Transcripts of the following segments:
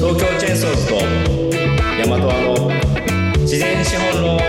東京チェーンソーズと大和の自然資本論。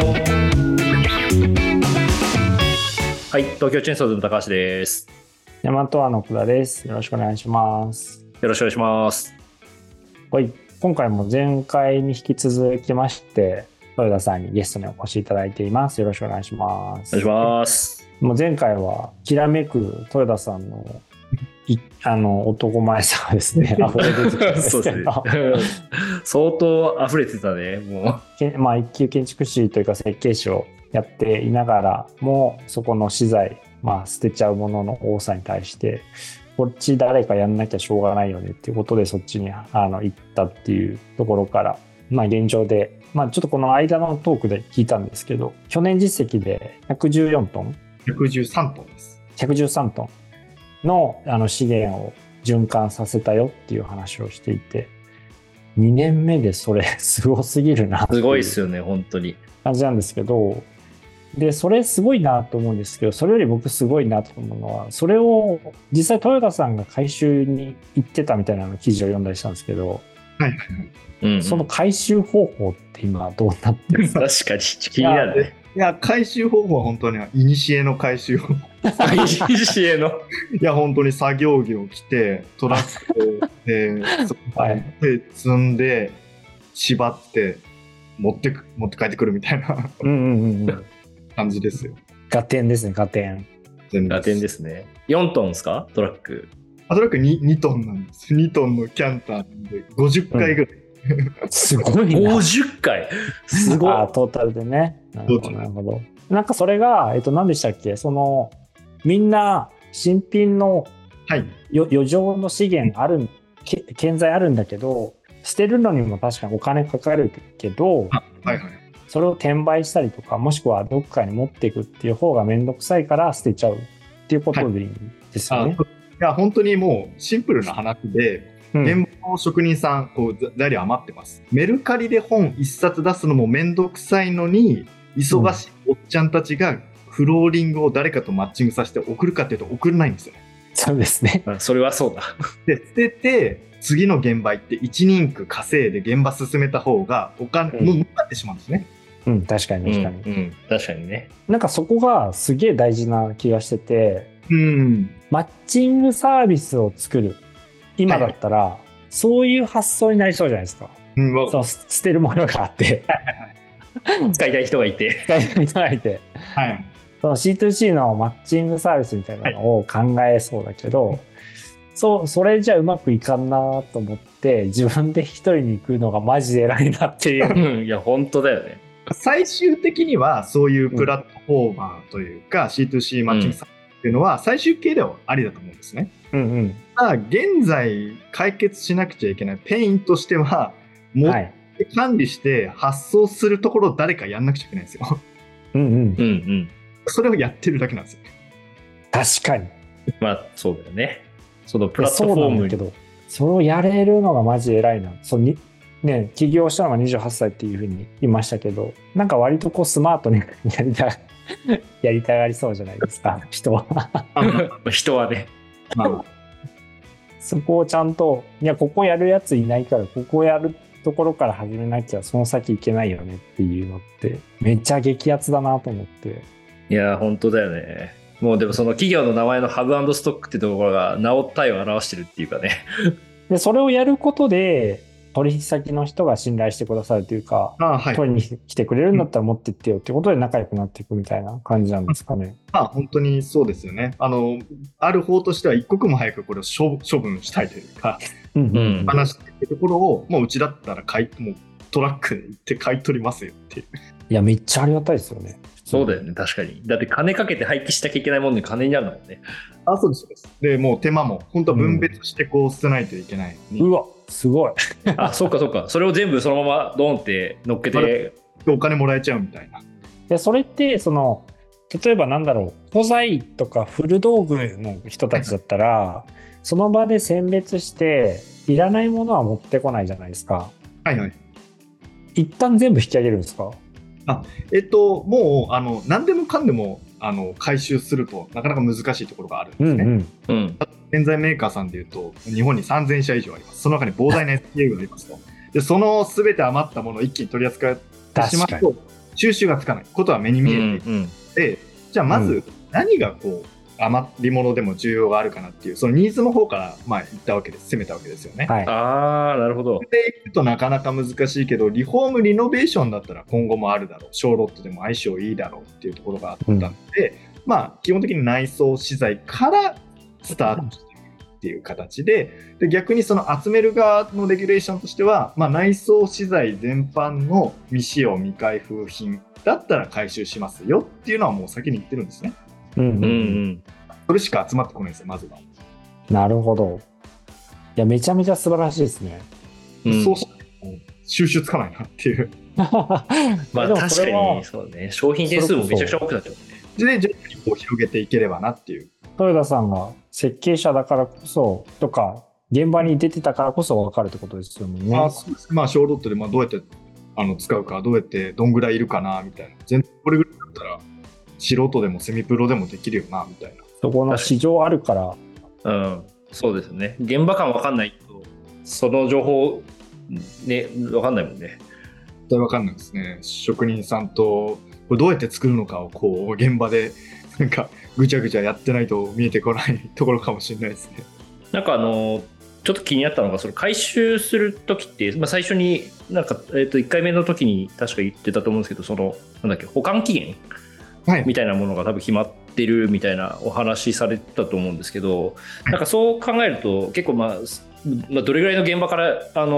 はい、東京チェーンソーズの高橋です。 大和の奥田です。よろしくお願いします。 よろしくお願いします。 はい、今回も前回に引き続きまして豊田さんにゲストにお越しいただいています。よろしくお願いします。 お願いします。 もう前回はきらめく豊田さんの男前さがですね溢れ出てたんですけど相当溢れてたね。もう一級建築士というか設計士をやっていながらもそこの資材、捨てちゃうものの多さに対してこっち誰かやんなきゃしょうがないよねっていうことでそっちに行ったっていうところから、現状で、ちょっとこの間のトークで聞いたんですけど、去年実績で114トン 113トンです。 113トンの資源を循環させたよっていう話をしていて、2年目でそれすごすぎるなっていうすごいですよね、本当に感じなんですけど、でそれすごいなと思うんですけど、それより僕すごいなと思うのは、それを実際豊田さんが回収に行ってたみたいなの記事を読んだりしたんですけど、その回収方法って今どうなってるんですか？ 確かに気になるね。 いや、回収方法は本当に古の回収方法古のいや、本当に作業着を着てトラックで積んで縛って持って帰ってくるみたいな感じですよ。 ガテンですね。ガテンですね。4トンですか？トラック。 トラック 2トンなんです。2トンのキャンターで50回ぐらい、 すごいな。 50回すごい。 トータルでね。なるほど。なんかそれが何でしたっけ、みんな新品の余剰の資源建材あるんだけど、捨てるのにも確かにお金かかるけど、それを転売したりとか、もしくはどっかに持っていくっていう方がめんどくさいから捨てちゃうっていうことでいいんですよね。 いや、本当にもうシンプルな話で、現場の職人さん材料余ってます。メルカリで本1冊出すのもめんどくさいのに、忙しいおっちゃんたちがフローリングを誰かとマッチングさせて送るかっていうと送れないんですよね。 そうですね。 それはそうだ。 で、捨てて次の現場行って1人区稼いで現場進めた方がお金も儲かってしまうんですね。 確かに。 確かにね。 なんかそこがすげえ大事な気がしてて、マッチングサービスを作る今だったら、そういう発想になりそうじゃないですか。捨てるものがあって使いたい人がいて、 その C2C のマッチングサービスみたいなのを考えそうだけど、それじゃうまくいかんなと思って自分で一人に行くのがマジで偉いなっていういや本当だよね。 最終的にはそういうプラットフォーマーというか、C2C マッチングサービスっていうのは最終形ではありだと思うんですね。現在解決しなくちゃいけないペインとしては、持って管理して発送するところを誰かやんなくちゃいけないんですよ。それをやってるだけなんですよ。 確かに。 そうだよね。そのプラットフォームだけど、それをやれるのがマジで偉いな。起業したのが28歳っていうふうに言いましたけど、なんか割とスマートにやりたがりそうじゃないですか、人は。 人はね。 そこをちゃんと、ここやるやついないから、ここやるところから始めなきゃその先いけないよねっていうのってめっちゃ激アツだなと思って。 いや本当だよね。もうでもその企業の名前のハブ&ストックってところが治ったいを表してるっていうかね。 でそれをやることで取引先の人が信頼してくださるというか、取りに来てくれるんだったら持ってってよってことで仲良くなっていくみたいな感じなんですかね。 本当にそうですよね。ある方としては一刻も早くこれを処分したいというか、話しているところをもううちだったらもうトラックで行って買い取りますよっていう。いやめっちゃありがたいですよね。 そうだよね、確かに。だって金かけて廃棄しなきゃいけないものに金になるんだもんね。 そうです。でもう手間も本当は分別して捨てないといけない、 うわすごいそうかそれを全部そのままドンって乗っけてお金もらえちゃうみたいな。 それって例えば古材とか古道具の人たちだったらその場で選別していらないものは持ってこないじゃないですか。一旦全部引き上げるんですか？ もう何でもかんでも回収するとなかなか難しいところがあるんですね。 建材メーカーさんでいうと、日本に3000社以上あります。その中に膨大な SKU がありますと。で、その全て余ったものを一気に取り扱ってしまうと、収集がつかないことは目に見えていて、うんうん、じゃあまず何がこう、余り物でも需要があるかなっていう、そのニーズの方からまあ行ったわけです、攻めたわけですよね。 はい、ああ、なるほど。 でいくとなかなか難しいけど、リフォーム、リノベーションだったら今後もあるだろう、小ロットでも相性いいだろうっていうところがあったので、まあ基本的に内装資材からスタートしていくっていう形で、逆にその集める側のレギュレーションとしては、まあ、内装資材全般の未使用未開封品だったら回収しますよっていうのはもう先に言ってるんですね。 うんうんうん、 それしか集まってこないんですよ、まずは。 なるほど。いや、めちゃめちゃ素晴らしいですね。 そうして収集つかないなっていう。 まあ確かにそうね、商品点数もめちゃくちゃ多くなっちゃうね。 で、じゃあこう広げていければなっていう。 豊田さんが設計者だからこそとか、現場に出てたからこそ分かるってことですよね。 まあ、小ロットでどうやって使うか、どうやってどんぐらいいるかなみたいな。全然これぐらいだったら素人でもセミプロでもできるよなみたいな。 そこの市場あるから。 うん、そうですね。現場感分かんないと、その情報ね、分かんないもんね。 絶対分かんないですね。職人さんとこれどうやって作るのかをこう現場でなんかぐちゃぐちゃやってないと見えてこないところかもしれないですね。 なんかちょっと気になったのが、それ回収するときって、まあ、最初になんか、1回目の時に確か言ってたと思うんですけど、そのなんだっけ、保管期限、はい、みたいなものが多分決まってるみたいなお話されてたと思うんですけど、なんかそう考えると結構まあどれぐらいの現場から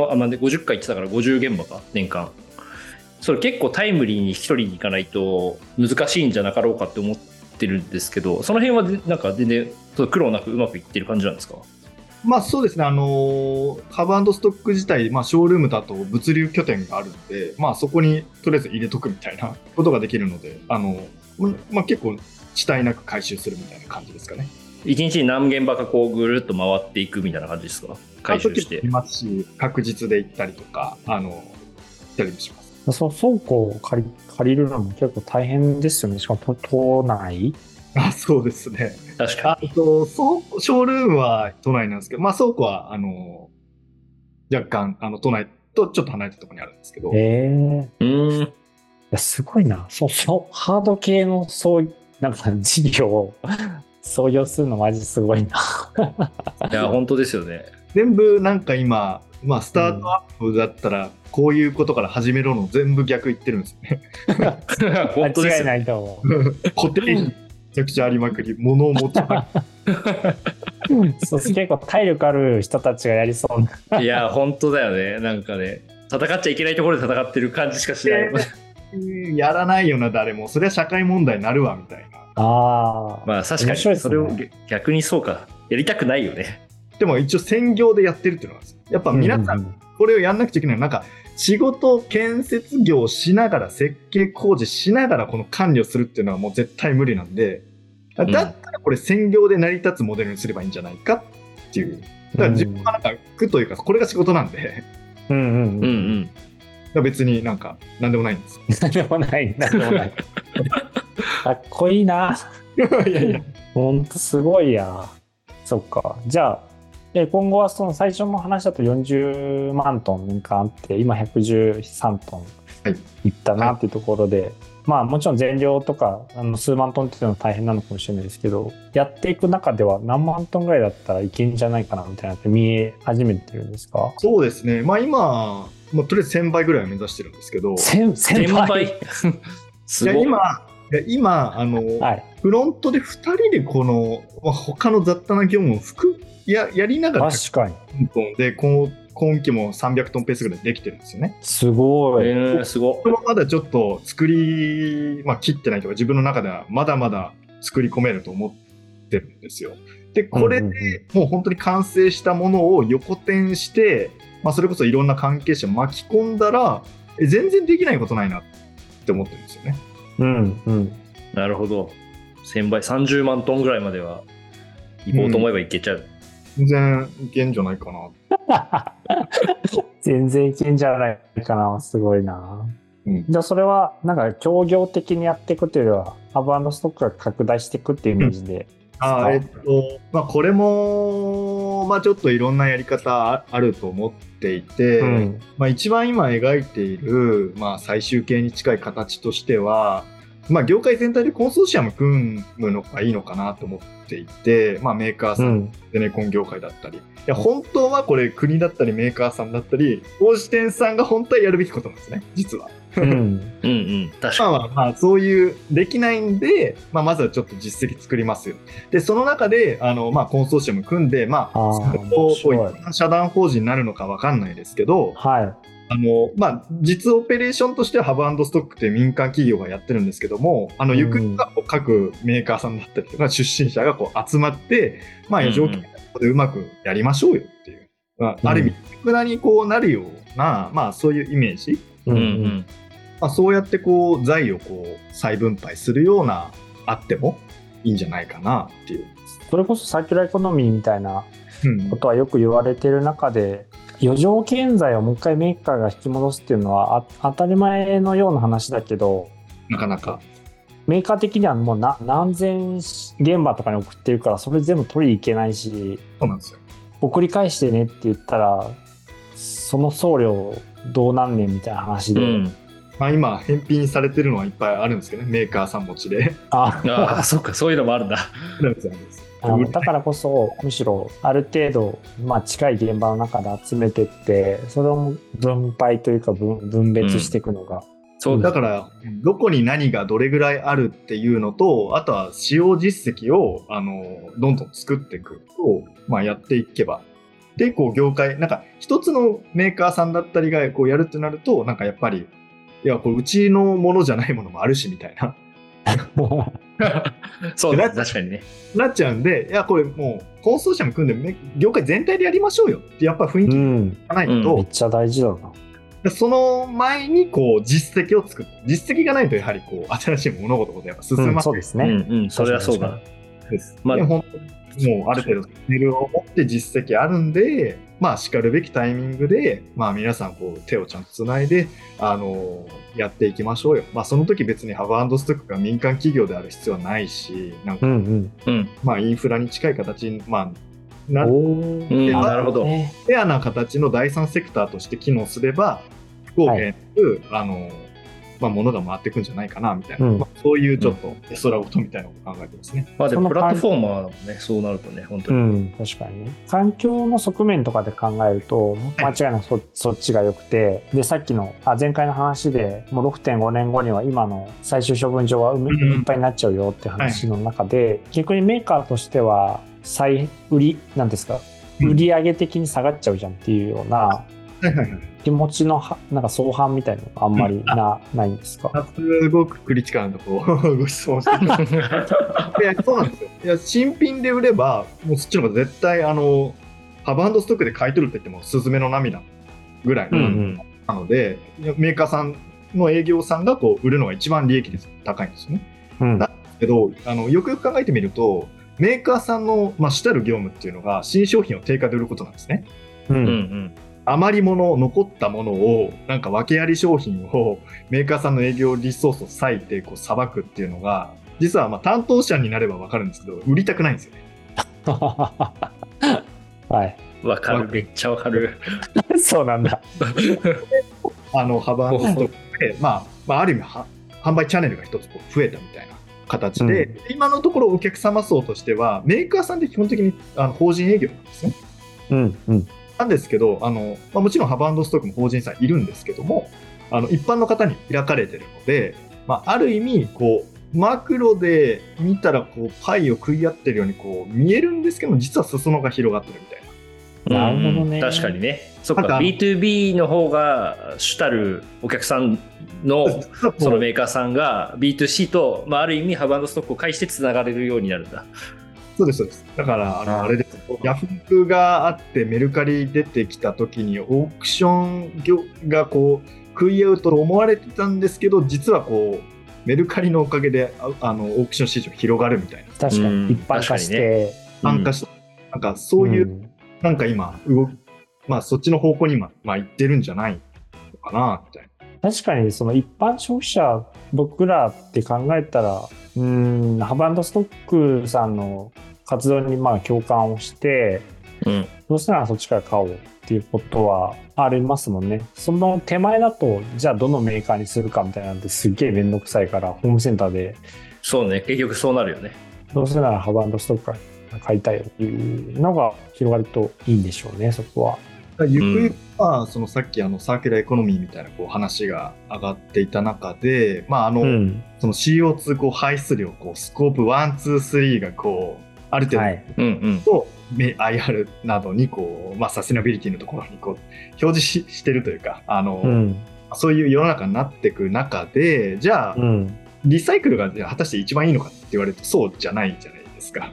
50回言ってたから50現場か年間、それ結構タイムリーに一人に行かないと難しいんじゃなかろうかって思ってるんですけど、その辺はなんか全然苦労なくうまくいってる感じなんですか？ まあそうですね、ハブ&ストック自体、まあ、ショールームだと物流拠点があるので、まあ、そこにとりあえず入れとくみたいなことができるので、まあ、結構遅滞なく回収するみたいな感じですかね。 一日に何現場かこうぐるっと回っていくみたいな感じですか？回収して。 いますし、確実で行ったりとか、行ったりもします。 その倉庫を借りるのも結構大変ですよね。しかも都内。 そうですね。 確かに。 ショールームは都内なんですけど、まあ倉庫は若干都内とちょっと離れたところにあるんですけど。 いやすごいな。ハード系のなんか事業を創業するのマジすごいな。 いや本当ですよね。 全部なんか今、まあスタートアップだったらこういうことから始めろの全部逆言ってるんですね。 本当ですよ。間違いないと思う。 固定費めちゃくちゃありまくり、物を持ちまくり。そう結構体力ある人たちがやりそうな。 いや本当だよね。なんかね、戦っちゃいけないところで戦ってる感じしかしない。 やらないよな誰も。それは社会問題になるわみたいな。 まあ確かにそれを逆にそうか、やりたくないよね。 でも一応専業でやってるっていうのがやっぱ皆さんこれをやんなくちゃいけない。なんか仕事建設業をしながら設計工事しながらこの管理をするっていうのはもう絶対無理なんで、だったらこれ専業で成り立つモデルにすればいいんじゃないかっていう。だから自分はなんか苦というかこれが仕事なんで、別になんか何でもないんです。 何でもない。かっこいいな。いやほんとすごいや。そっか。じゃあ今後はその最初の話だと40万トン年間あって今113トンいったなっていうところで、まあもちろん全量とか数万トンっていうのは大変なのかもしれないですけど、やっていく中では何万トンぐらいだったらいけんじゃないかなみたいなって見え始めてるんですか？ そうですね。まあ今、とりあえず1000倍ぐらいは目指してるんですけど。 1000倍すごい。 今フロントで2人でこの他の雑多な業務をやりながら確かにで今期も300トンペースぐらいできてるんですよね。 すごい、 すごい。 これもまだちょっと作り、切ってないとか自分の中ではまだまだ作り込めると思ってるんですよ。でこれでもう本当に完成したものを横転して、それこそいろんな関係者巻き込んだら全然できないことないなって思ってるんですよね。 なるほど。1000倍30万トンぐらいまでは行こうと思えばいけちゃう。 全然いけんじゃないかな。 全然いけんじゃないかな。すごいな。じゃあそれはなんか協業的にやっていくというよりはハブ&ストックが拡大していくっていうイメージでこれも、ちょっといろんなやり方あると思っていて、一番今描いている、最終形に近い形としては、業界全体でコンソーシアム組むのがいいのかなと思っていて、メーカーさん、ゼネコン業界だったり、本当はこれ国だったりメーカーさんだったり、大支店さんが本当はやるべきことなんですね、実は。確かに。そういうできないんで、まずはちょっと実績作りますよ。で、その中でコンソーシアム組んで、社団法人になるのか分かんないですけど、実オペレーションとしてはハブ&ストックって民間企業がやってるんですけども、ゆくゆくは各メーカーさんだったりとか出身者が集まって、条件でうまくやりましょうよっていう、ある意味無駄になるような、そういうイメージ。そうやって財を再分配するようなあってもいいんじゃないかなっていう。 それこそサーキュラーエコノミーみたいなことはよく言われてる中で、余剰建材をもう一回メーカーが引き戻すっていうのは当たり前のような話だけど、 なかなかメーカー的にはもう何千現場とかに送ってるから、それ全部取りに行けないし、 そうなんですよ。 送り返してねって言ったらその送料どうなんねんみたいな話で、 今返品されてるのはいっぱいあるんですけどね、メーカーさん持ちで。 そうか、そういうのもあるんだ。 だからこそむしろある程度、近い現場の中で集めてって、それを分配というか分別していくのが、 そうだからどこに何がどれぐらいあるっていうのと、あとは使用実績をどんどん作っていくと、やっていけば、で業界一つのメーカーさんだったりがやるってなると、やっぱりこれうちのものじゃないものもあるしみたいなそうだ、確かにねなっちゃうんで、これもうコンソーシアム組んで業界全体でやりましょうよってやっぱ雰囲気がないと、 めっちゃ大事だな。 その前に実績を作って、実績がないとやはり新しい物事がやっぱ進まない、 そうですね、 それはそうだです。本当にもうある程度スキルを持って実績あるんで、しかるべきタイミングで、皆さん手をちゃんとつないでやっていきましょうよ。その時別にハブ&ストックが民間企業である必要はないし、インフラに近い形になるほど、フェアな形の第三セクターとして機能すれば、不公平な物が回っていくんじゃないかなみたいな、そういうちょっと絵空事みたいなことを考えてますね。 でもプラットフォーマーもね、そうなるとね、本当に、 確かにね、環境の側面とかで考えると間違いなくそっちが良くて、でさっきの前回の話でもう 6.5 年後には今の最終処分場はいっぱいになっちゃうよって話の中で、逆にメーカーとしては再売りなんですか、売り上げ的に下がっちゃうじゃんっていうような気持ちの相反みたいなのがあんまりないんですか？ すごくクリティカルなところご質問していやそうなんですよ。いや新品で売ればもうそっちの方が絶対ハブ&ストックで買い取るって言ってもスズメの涙ぐらいなので、メーカーさんの営業さんが売るのが一番利益率高いんですよね。なんですけどよくよく考えてみると、メーカーさんの主たる業務っていうのが新商品を定価で売ることなんですね。余り物、残ったものを訳あり商品をメーカーさんの営業リソースを割いてさばくっていうのが、実は担当者になれば分かるんですけど、売りたくないんですよね。 はい、 分かる、めっちゃ分かるそうなんだハブ&ストックで、ある意味販売チャンネルが一つ増えたみたいな形で、今のところお客様層としてはメーカーさんって基本的に法人営業なんですね。なんですけどもちろんハブ&ストックも法人さんいるんですけども、一般の方に開かれてるので、ある意味マクロで見たらパイを食い合ってるように見えるんですけど、実は裾野が広がってるみたいな。なるほどね。 確かにね。そっか、B2B の方が主たるお客さんのそのメーカーさんが B2C と、ある意味ハブ&ストックを介してつながれるようになるんだ。 そうです、そうです。だからあれです。ヤフオクがあってメルカリ出てきた時にオークション業が食い合うと思われてたんですけど、実はメルカリのおかげでオークション市場広がるみたいな。 確かに一般化して、 そういう今そっちの方向に行ってるんじゃないのかなみたいな。確かにその一般消費者僕らって考えたらハブ&ストックさんの活動にまあ共感をして、どうせならそっちから買おうっていうことはありますもんね。その手前だと、じゃあどのメーカーにするかみたいなんてすっげえめんどくさいから、ホームセンターで。 そうね、結局そうなるよね。 どうせならハブ&ストックから買いたいよっていうのが広がるといいんでしょうね、そこは。 ゆくゆくは、そのさっきサーキュラーエコノミーみたいなこう話が上がっていた中で、その CO2 こう排出量、スコープ1、2、3がこう、ある程度と、IR などにこう、サステナビリティのところにこう表示してるというか、そういう世の中になっていく中で、じゃあ、リサイクルが果たして一番いいのかって言われるとそうじゃないじゃないですか。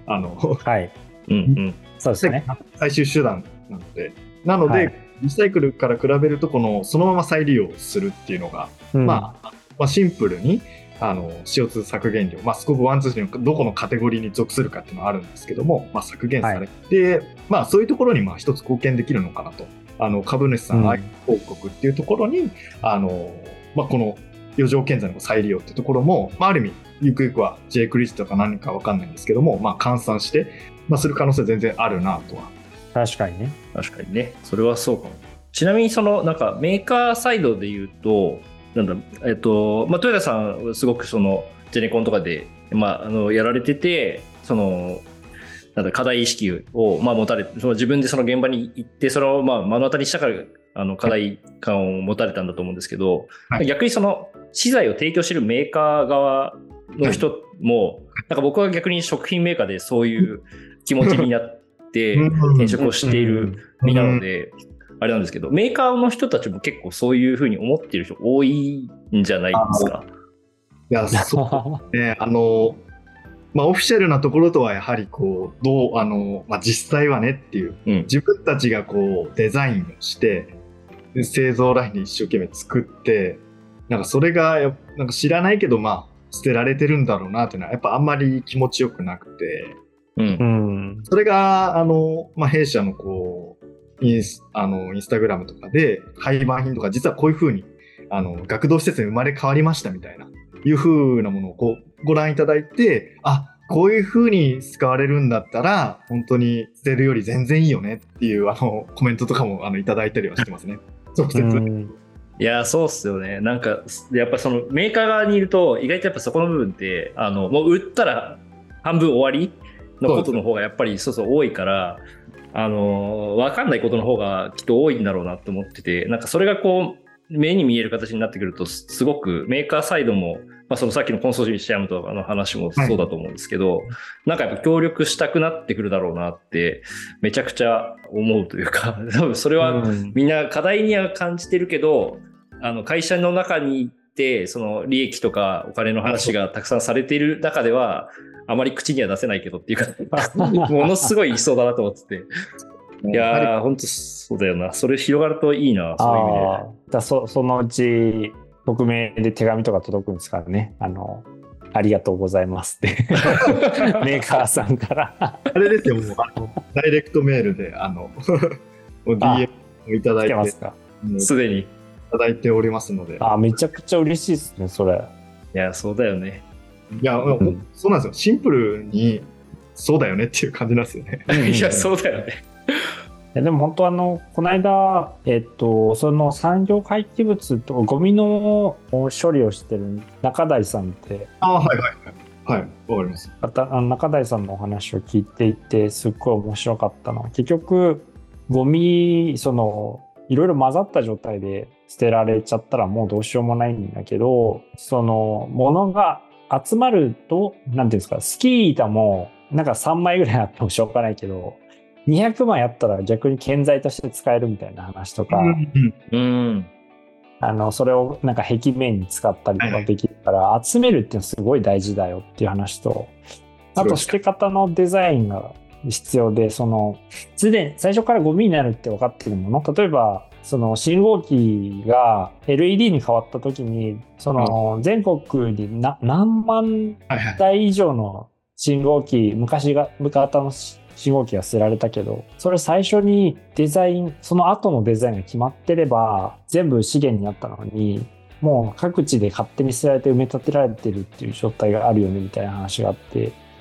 そうですね。 最終手段なので、リサイクルから比べるとそのまま再利用するっていうのが、シンプルにCO2 削減量、スコープ1、2のどこのカテゴリーに属するかっていうのはあるんですけども、削減されて、そういうところに一つ貢献できるのかなと。株主さん、広告っていうところに、この余剰建材の再利用っていうところも、ある意味、ゆくゆくは J クリストとか何か分かんないんですけども、換算して、する可能性全然あるなとは。 確かにね。 それはそうかも。ちなみになんかメーカーサイドで言うと、トヨタさんはすごくジェネコンとかで、やられてて、課題意識を、持たれて、自分で現場に行って、目の当たりにしたから、課題感を持たれたんだと思うんですけど、逆に資材を提供しているメーカー側の人も、なんか僕は逆に食品メーカーでそういう気持ちになって転職をしている身なので、あれなんですけど、メーカーの人たちも結構そういうふうに思っている人多いんじゃないですか。 いや、そうね。オフィシャルなところとはやはり実際はねっていう、自分たちがデザインをして製造ラインに一生懸命作って、なんかそれがなんか知らないけど捨てられてるんだろうなっていうのはやっぱあんまり気持ちよくなくて、それが弊社のインスタグラムとかで廃盤品とか実はこういう風に学童施設に生まれ変わりましたみたいないう風なものをご覧いただいて、こういう風に使われるんだったら本当に捨てるより全然いいよねっていうコメントとかもいただいたりはしてますね。直接。 いや、そうっすよね。なんかやっぱメーカー側にいると意外とやっぱそこの部分ってもう売ったら半分終わりのことの方がやっぱり多いから、分かんないことの方がきっと多いんだろうなと思ってて、なんかそれが目に見える形になってくるとすごくメーカーサイドも、さっきのコンソーシアムとかの話もそうだと思うんですけど、なんかやっぱ協力したくなってくるだろうなってめちゃくちゃ思うというか、多分それはみんな課題には感じてるけど、会社の中に行って利益とかお金の話がたくさんされている中ではあまり口には出せないけどっていうかものすごいいそうだなと思ってて。いやー、本当そうだよな。それ広がるといいな、そういう意味で。 そのうち、匿名で手紙とか届くんですからね。ありがとうございますって。メーカーさんから。 あれですよ、もう、ダイレクトメールで、DM をいただいて。 ますか。 すでに。 いただいておりますので。 めちゃくちゃ嬉しいですね、それ。 いや、そうだよね。 いや、そうなんですよ。シンプルに、そうだよねっていう感じなんですよね。 いや、そうだよね。 でも本当この間、その産業廃棄物とゴミの処理をしてる中台さんって。 はい、わかります。 中台さんのお話を聞いていて、すっごい面白かったのは、結局、ゴミ、いろいろ混ざった状態で捨てられちゃったらもうどうしようもないんだけど、物が集まると、なんていうんですか、スキー板もなんか3枚ぐらいあってもしょうがないけど、200枚あったら逆に建材として使えるみたいな話とか、それをなんか壁面に使ったりとかできるから、集めるっていうのはすごい大事だよっていう話と、あと捨て方のデザインが必要で、すでに最初からゴミになるって分かってるもの、例えば信号機が LED に変わった時に全国に何万台以上の信号機、昔型の信号機が捨てられたけど、それ最初にその後のデザインが決まってれば全部資源になったのに、もう各地で勝手に捨てられて埋め立てられてるっていう状態があるよねみたいな話があって、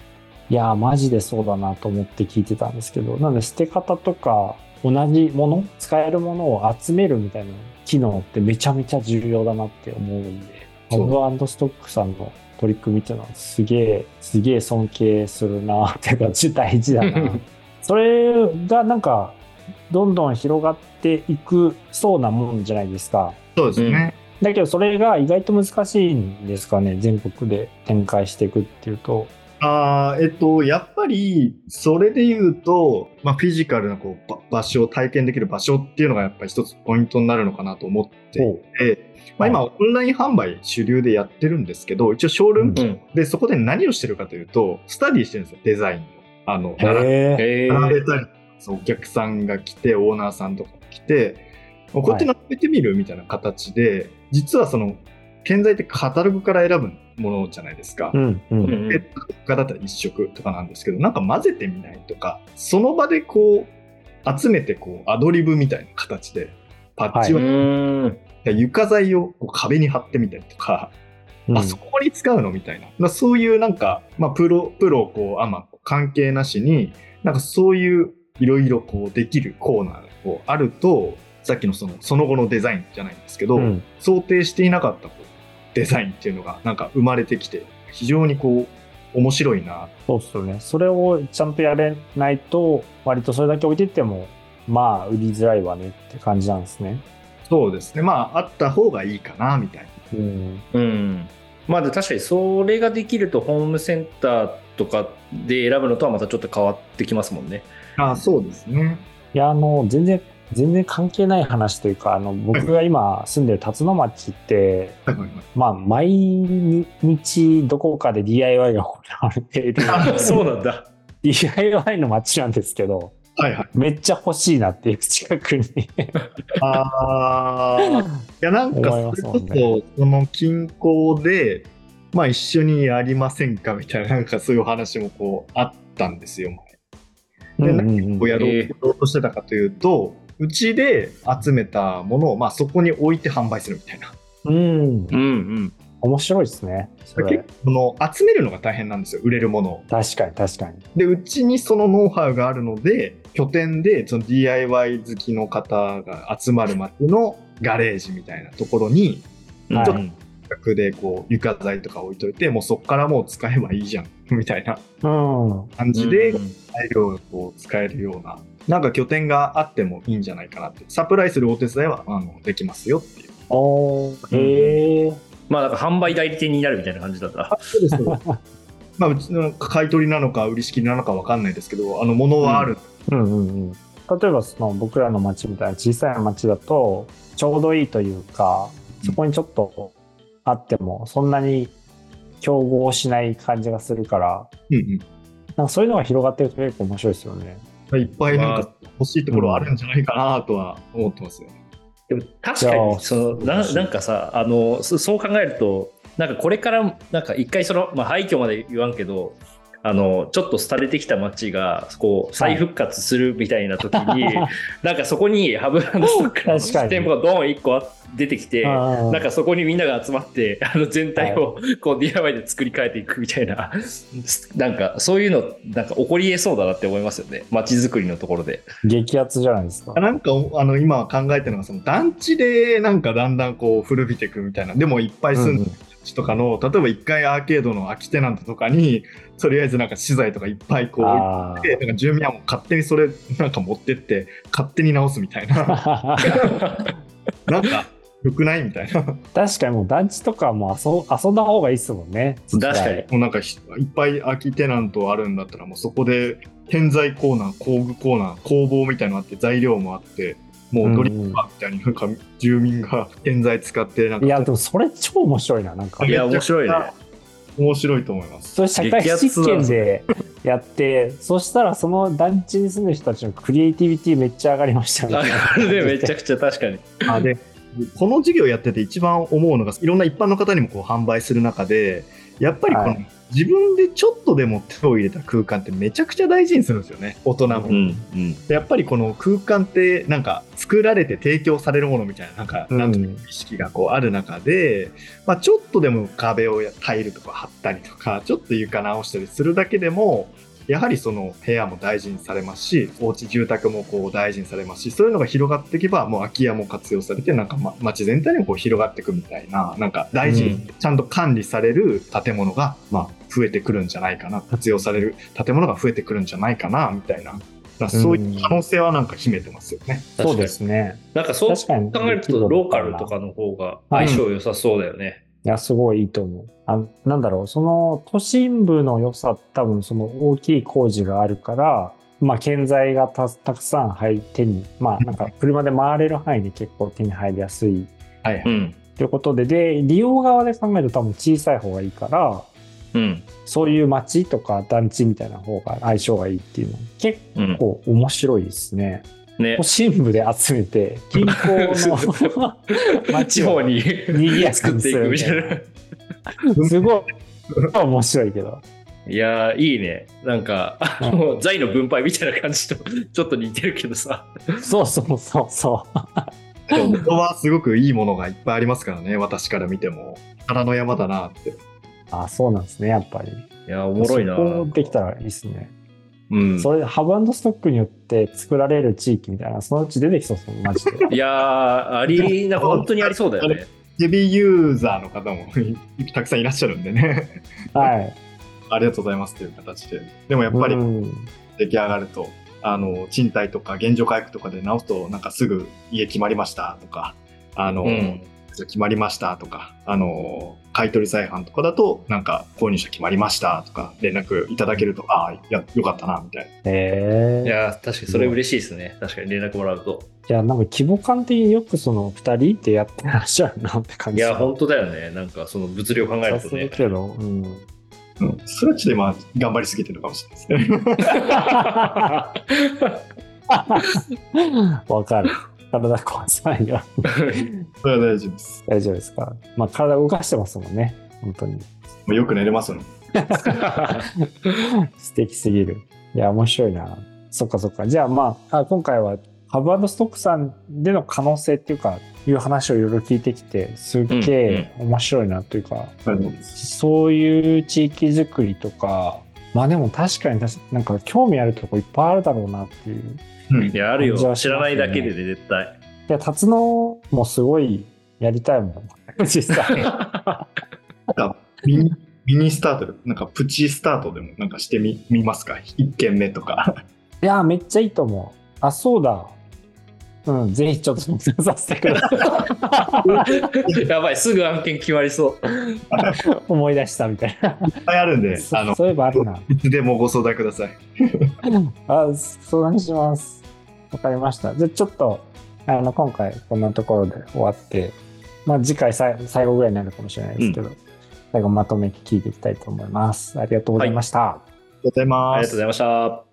いやー、マジでそうだなと思って聞いてたんですけど、なので捨て方とか同じもの、使えるものを集めるみたいな機能ってめちゃめちゃ重要だなって思うんで、ハブ&ストックさんの取り組みっていうのはすげえ尊敬するなっていうか、大事だな。それがなんかどんどん広がっていくそうなもんじゃないですか。 そうですね。 だけどそれが意外と難しいんですかね、全国で展開していくっていうと。 やっぱりそれで言うと、フィジカルな場所を体験できる場所っていうのがやっぱり一つポイントになるのかなと思っていて、今オンライン販売主流でやってるんですけど、一応ショールームでそこで何をしてるかというと、スタディしてるんですよ、デザインを。並べたり、お客さんが来て、オーナーさんとかが来て、こうやって並べてみるみたいな形で、実はその建材ってカタログから選ぶものじゃないですか。他だったら一色とかなんですけど、なんか混ぜてみないとか、その場でこう集めてアドリブみたいな形でパッチワーク、床材を壁に貼ってみたりとか、そこに使うのみたいな、そういうなんか、プロ関係なしに、なんかそういういろいろできるコーナーがあると、さっきのその後のデザインじゃないんですけど、想定していなかったデザインっていうのがなんか生まれてきて、非常に面白いな。 そうっすよね。それをちゃんとやれないと、割とそれだけ置いてっても売りづらいわねって感じなんですね。 そうですね。あった方がいいかなみたいな。確かにそれができるとホームセンターとかで選ぶのとはまたちょっと変わってきますもんね。 そうですね。 いや、全然関係ない話というか、僕が今住んでる辰野町って、毎日どこかで DIY が行われているそうなんだ。 DIY の町なんですけど、めっちゃ欲しいなっていう、近くに。いや、なんかそれこそその近郊で一緒にやりませんかみたいな、なんかそういう話もあったんですよ。で、何をやろうとしてたかというと、うちで集めたものをそこに置いて販売するみたいな。 面白いですね。 結構集めるのが大変なんですよ、売れるものを。 確かに。 で、うちにそのノウハウがあるので、拠点でその DIY 好きの方が集まる街のガレージみたいなところに、ちょっと価格で床材とか置いといて、もうそこからもう使えばいいじゃんみたいな感じで材料を使えるような、なんか拠点があってもいいんじゃないかなって。サプライするお手伝いはできますよっていう。 なんか販売代理店になるみたいな感じだった。 そうです。うちの買い取りなのか売り仕切りなのか分かんないですけど、物はある。 例えば僕らの町みたいな小さい町だとちょうどいいというか、そこにちょっとあってもそんなに競合しない感じがするから、なんかそういうのが広がってると結構面白いですよね。 いっぱいなんか欲しいところあるんじゃないかなとは思ってますよね。 でも確かになんかさ、そう考えると、なんかこれからなんか一回廃墟まで言わんけど、ちょっと廃れてきた街が再復活するみたいな時に、なんかそこにハブ&ストックの店舗がドン1個出てきて、なんかそこにみんなが集まって全体をDIY で作り変えていくみたいな、なんかそういうのなんか起こりえそうだなって思いますよね、街づくりのところで。 激アツじゃないですか。 なんか今考えてるのが、その団地でなんかだんだん古びていくみたいな、でもいっぱい住んでるとかの、例えば1階アーケードの空きテナントとかにとりあえずなんか資材とかいっぱい置いて、なんか住民はもう勝手にそれなんか持ってって勝手に直すみたいななんか良くないみたいな。 確かにもう団地とかも遊んだ方がいいですもんね。 確かに。 もうなんかいっぱい空きテナントあるんだったら、もうそこで建材コーナー、工具コーナー、工房みたいなのあって、材料もあって、もうドリッパーみたいになんか住民が建材使ってなんか。 いやでもそれ超面白いな。なんか。 いや面白いね。 面白いと思います。 それ社会実験でやってそしたらその団地に住んでる人たちのクリエイティビティめっちゃ上がりましたね。 めちゃくちゃ確かに。 でこの事業やってて一番思うのが、いろんな一般の方にも販売する中で、やっぱり自分でちょっとでも手を入れた空間ってめちゃくちゃ大事にするんですよね、大人も。やっぱりこの空間ってなんか作られて提供されるものみたいな、なんという意識がこうある中で、ちょっとでも壁をタイルとか貼ったりとか、ちょっと床直したりするだけでも、やはりその部屋も大事にされますし、お家住宅もこう大事にされますし、そういうのが広がっていけば、もう空き家も活用されて、なんか街全体にこう広がっていくみたいな、なんか大事にちゃんと管理される建物が増えてくるんじゃないかな、活用される建物が増えてくるんじゃないかなみたいな、そういう可能性はなんか秘めてますよね。 そうですね。 なんかそう考えるとローカルとかの方が相性良さそうだよね。 いや、すごいいいと思う。なんだろう、その都心部の良さ、多分その大きい工事があるから、建材がたくさん手に、なんか車で回れる範囲で結構手に入りやすい。 はい。 ということで、利用側で考えると多分小さい方がいいから、そういう町とか団地みたいな方が相性がいいっていうのは結構面白いですね。都心部で集めて近郊の地方に賑やかにするみたいな。すごい面白いけど。 いやいいね。なんか財の分配みたいな感じとちょっと似てるけどさ。 そう。 本当はすごくいいものがいっぱいありますからね、私から見ても花の山だなって。 そうなんですね、やっぱり。 いやおもろいな。 そこできたらいいですね。それハブ&ストックによって作られる地域みたいな、そのうち出てきそうですもん、マジで。 いや本当にありそうだよね。 ヘビーユーザーの方もたくさんいらっしゃるんでね。 はい。 ありがとうございますっていう形で。でもやっぱり出来上がると、賃貸とか現状回復とかで直すと、なんかすぐ家決まりましたとか、決まりましたとか、買い取り再販とかだとなんか購入者決まりましたとか連絡いただけると、よかったなみたいな。 いや確かにそれ嬉しいですね。確かに連絡もらうと。 いやなんか規模感的によくその2人でやってらっしゃるなって感じ。 いや本当だよね。なんかその物量考えるとね。 けど、 それはちょっと頑張りすぎてるのかもしれないですね。わかる。体壊さないよ。 それは大丈夫です。 大丈夫ですか。体動かしてますもんね。本当に。 よく寝れますの。 素敵すぎる。いや、面白いな。そっか。じゃあ今回はハブ&ストックさんでの可能性っていうか、いう話をいろいろ聞いてきて、すっげえ面白いなというか、そういう地域づくりとか、でも確かになんか興味あるとこいっぱいあるだろうなっていう。 いやあるよ。知らないだけで絶対。 いや辰野もすごいやりたいもん実際。 ミニスタートでなんかプチスタートでもなんかしてみますか、1軒目とか。 いやめっちゃいいと思う。そうだ。ぜひちょっとさせてください。やばい、すぐ案件決まりそう。 思い出したみたいな。いっぱいあるんで、 そういえばあるな。 いつでもご相談ください。 相談します。わかりました。じゃあちょっと今回こんなところで終わって、次回最後ぐらいになるかもしれないですけど、最後まとめ聞いていきたいと思います。ありがとうございました。 ありがとうございます。 ありがとうございました。